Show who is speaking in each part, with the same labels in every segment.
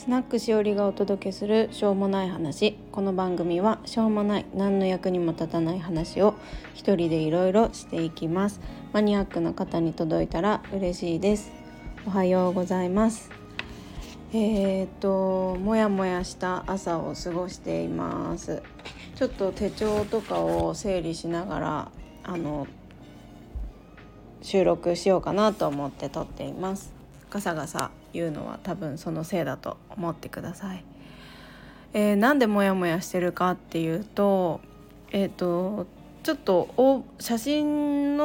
Speaker 1: スナックしおりがお届けするしょうもない話。この番組はしょうもない何の役にも立たない話を一人でいろいろしていきます。マニアックな方に届いたら嬉しいです。おはようございます。もやもやした朝を過ごしています。ちょっと手帳とかを整理しながら収録しようかなと思って撮っています。ガサガサ言うのは多分そのせいだと思ってください。なんでモヤモヤしてるかっていうと、ちょっと写真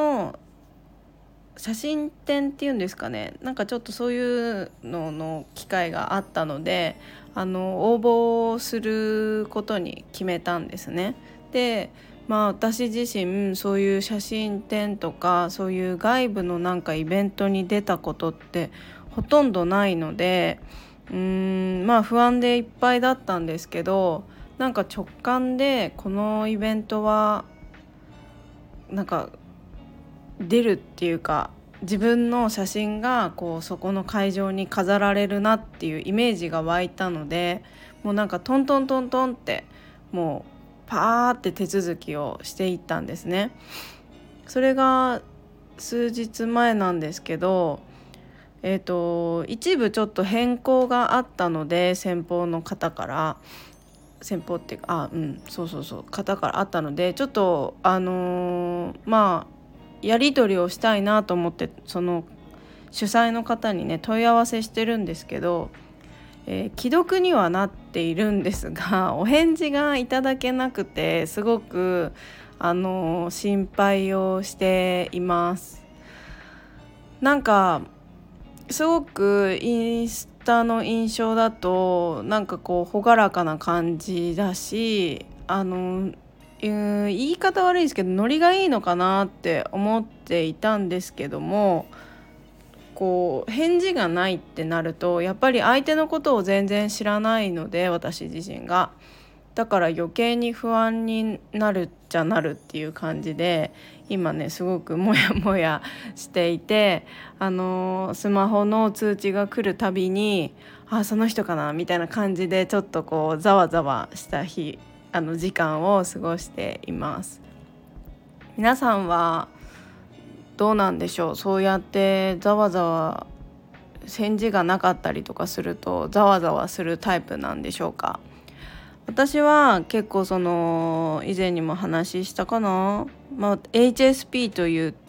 Speaker 1: 展っていうんですかね、なんかちょっとそういうのの機会があったので応募することに決めたんですね。で私自身そういう写真展とかそういう外部のなんかイベントに出たことってほとんどないので不安でいっぱいだったんですけど、なんか直感でこのイベントはなんか出るっていうか、自分の写真がそこの会場に飾られるなっていうイメージが湧いたので、もうなんかトントントントンってもうパーって手続きをしていったんですね。それが数日前なんですけど、一部ちょっと変更があったので、先方の方から先方っていうかそう方からあったので、ちょっとやり取りをしたいなと思ってその主催の方にね問い合わせしてるんですけど、既読にはなっているんですがお返事がいただけなくて、すごく心配をしています。なんかすごくインスタの印象だとなんか朗らかな感じだし、言い方悪いですけどノリがいいのかなって思っていたんですけども、返事がないってなるとやっぱり相手のことを全然知らないので、私自身がだから余計に不安になるっちゃなるっていう感じで、今ねすごくモヤモヤしていて、スマホの通知が来るたびにその人かなみたいな感じでちょっとざわざわした時間を過ごしています。皆さんはどうなんでしょう。そうやってざわざわ返事がなかったりとかするとざわざわするタイプなんでしょうか。私は結構以前にも話したかな、HSP と言って、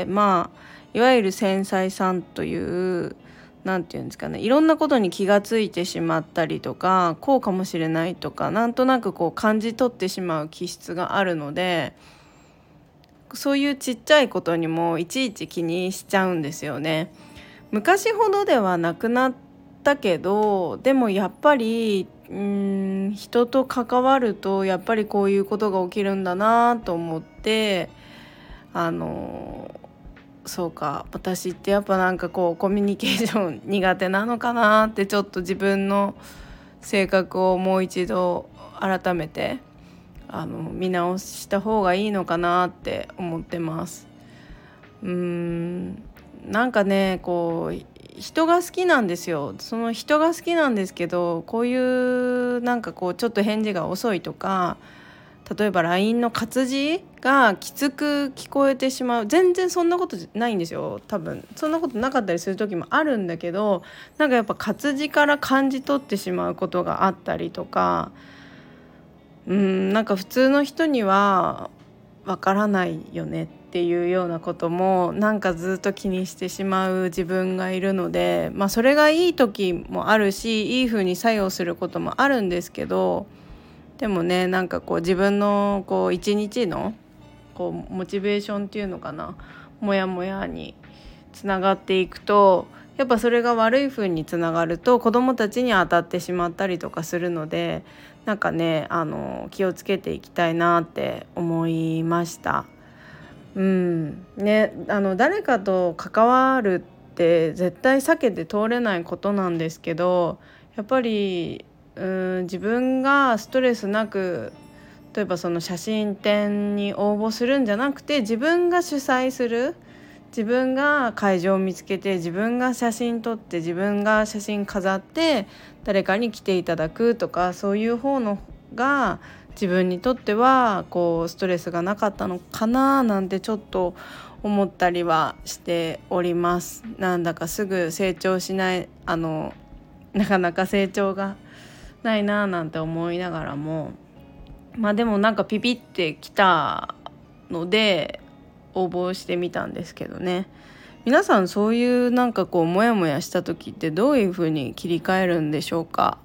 Speaker 1: いわゆる繊細さんというなんていうんですかね、いろんなことに気がついてしまったりとか、こうかもしれないとかなんとなく感じ取ってしまう気質があるので、そういうちっちゃいことにもいちいち気にしちゃうんですよね。昔ほどではなくなったけど、でもやっぱり人と関わるとやっぱりこういうことが起きるんだなと思って、そうか、私ってやっぱなんかコミュニケーション苦手なのかなってちょっと自分の性格をもう一度改めて見直した方がいいのかなって思ってます。なんかね人が好きなんですよ。その人が好きなんですけど、こういうなんかちょっと返事が遅いとか、例えば LINE の活字がきつく聞こえてしまう、全然そんなことないんですよ。多分そんなことなかったりする時もあるんだけど、なんかやっぱ活字から感じ取ってしまうことがあったりとか、なんか普通の人にはわからないよねっていうようなこともなんかずっと気にしてしまう自分がいるので、それがいい時もあるし、いい風に作用することもあるんですけど、でもねなんか自分の一日のモチベーションっていうのかな、モヤモヤにつながっていくと、やっぱそれが悪い風につながると子どもたちに当たってしまったりとかするので、なんかね気をつけていきたいなって思いました。誰かと関わるって絶対避けて通れないことなんですけど、やっぱり自分がストレスなく、例えばその写真展に応募するんじゃなくて自分が主催するっ自分が会場を見つけて、自分が写真撮って、自分が写真飾って誰かに来ていただくとか、そういう方のが自分にとってはこうストレスがなかったのかななんてちょっと思ったりはしております。なんだかすぐ成長しない、なかなか成長がないななんて思いながらも、でもなんかピピってきたので応募してみたんですけどね。皆さんそういうなんかこうモヤモヤした時ってどういう風に切り替えるんでしょうか。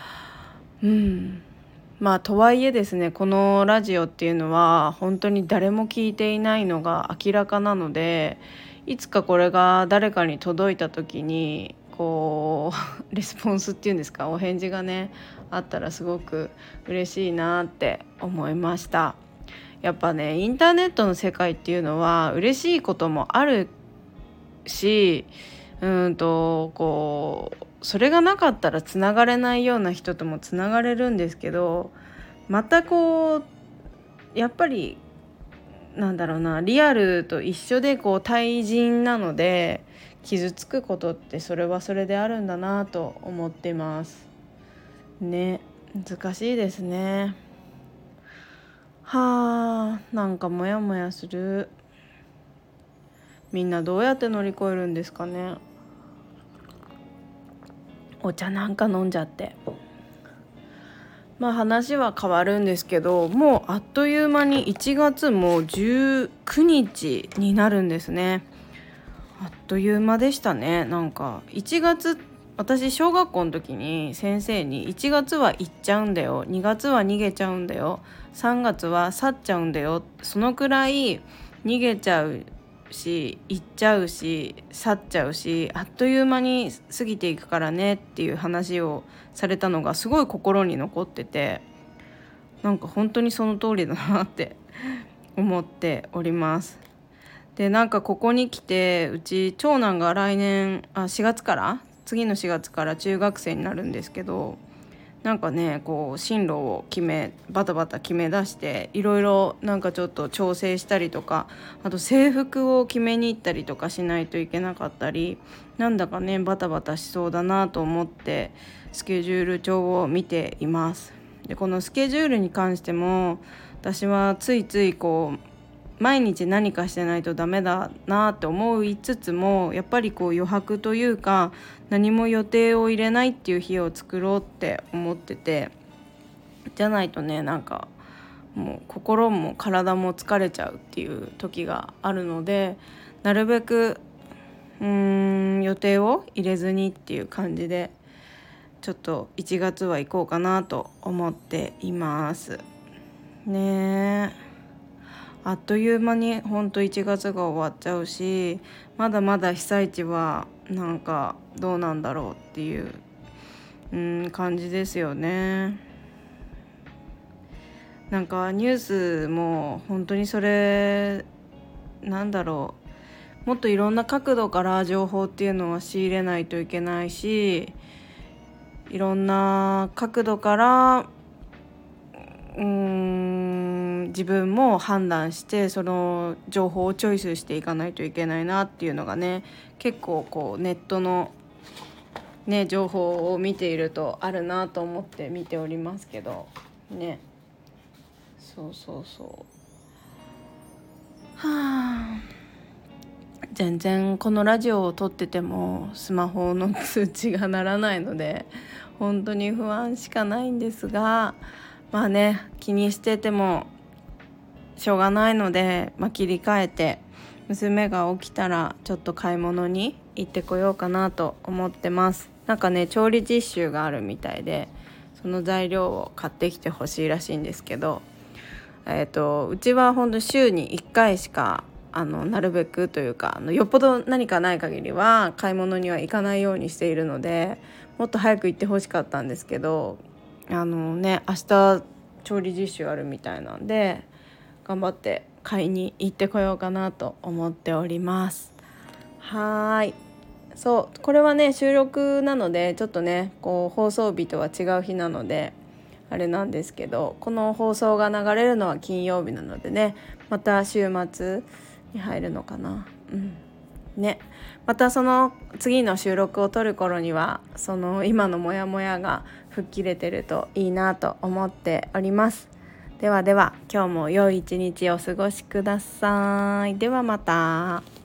Speaker 1: とはいえですね、このラジオっていうのは本当に誰も聞いていないのが明らかなので、いつかこれが誰かに届いた時にこうレスポンスっていうんですか、お返事がねあったらすごく嬉しいなって思いました。やっぱね、インターネットの世界っていうのは嬉しいこともあるし、それがなかったらつながれないような人ともつながれるんですけど、またこうやっぱりリアルと一緒でこう対人なので、傷つくことってそれはそれであるんだなと思ってますね。難しいですね。なんかモヤモヤする。みんなどうやって乗り越えるんですかね。お茶なんか飲んじゃって。話は変わるんですけど、もうあっという間に1月も19日になるんですね。あっという間でしたね。なんか1月、私小学校の時に先生に1月は行っちゃうんだよ、2月は逃げちゃうんだよ、3月は去っちゃうんだよ、そのくらい逃げちゃうし行っちゃうし去っちゃうし、あっという間に過ぎていくからねっていう話をされたのがすごい心に残ってて、なんか本当にその通りだなって思っております。でなんかここに来て、うち長男が来年次の4月から中学生になるんですけど、なんかねこう進路をバタバタ決め出して、いろいろなんかちょっと調整したりとか、あと制服を決めに行ったりとかしないといけなかったり、なんだかねバタバタしそうだなと思ってスケジュール帳を見ています。でこのスケジュールに関しても、私はついついこう毎日何かしてないとダメだなって思いつつも、やっぱりこう余白というか何も予定を入れないっていう日を作ろうって思ってて、じゃないとねなんかもう心も体も疲れちゃうっていう時があるので、なるべく予定を入れずにっていう感じでちょっと1月は行こうかなと思っていますね。あっという間にほんと1月が終わっちゃうし、まだまだ被災地はなんかどうなんだろうっていう感じですよね。なんかニュースも本当にそれもっといろんな角度から情報っていうのは仕入れないといけないし、いろんな角度から自分も判断してその情報をチョイスしていかないといけないなっていうのがね、結構こうネットのね情報を見ているとあるなと思って見ておりますけどね。全然このラジオを撮っててもスマホの通知が鳴らないので本当に不安しかないんですが、気にしててもしょうがないので、切り替えて娘が起きたらちょっと買い物に行ってこようかなと思ってます。なんかね調理実習があるみたいで、その材料を買ってきてほしいらしいんですけど、うちは本当週に1回しかなるべくというかよっぽど何かない限りは買い物には行かないようにしているので、もっと早く行ってほしかったんですけど、明日調理実習あるみたいなんで頑張って買いに行ってこようかなと思っております。そうこれはね収録なのでちょっとねこう放送日とは違う日なのであれなんですけど、この放送が流れるのは金曜日なのでね、また週末に入るのかな。 ね、またその次の収録を撮る頃にはその今のモヤモヤが吹っ切れてるといいなと思っております。ではでは今日も良い一日をお過ごしください。ではまた。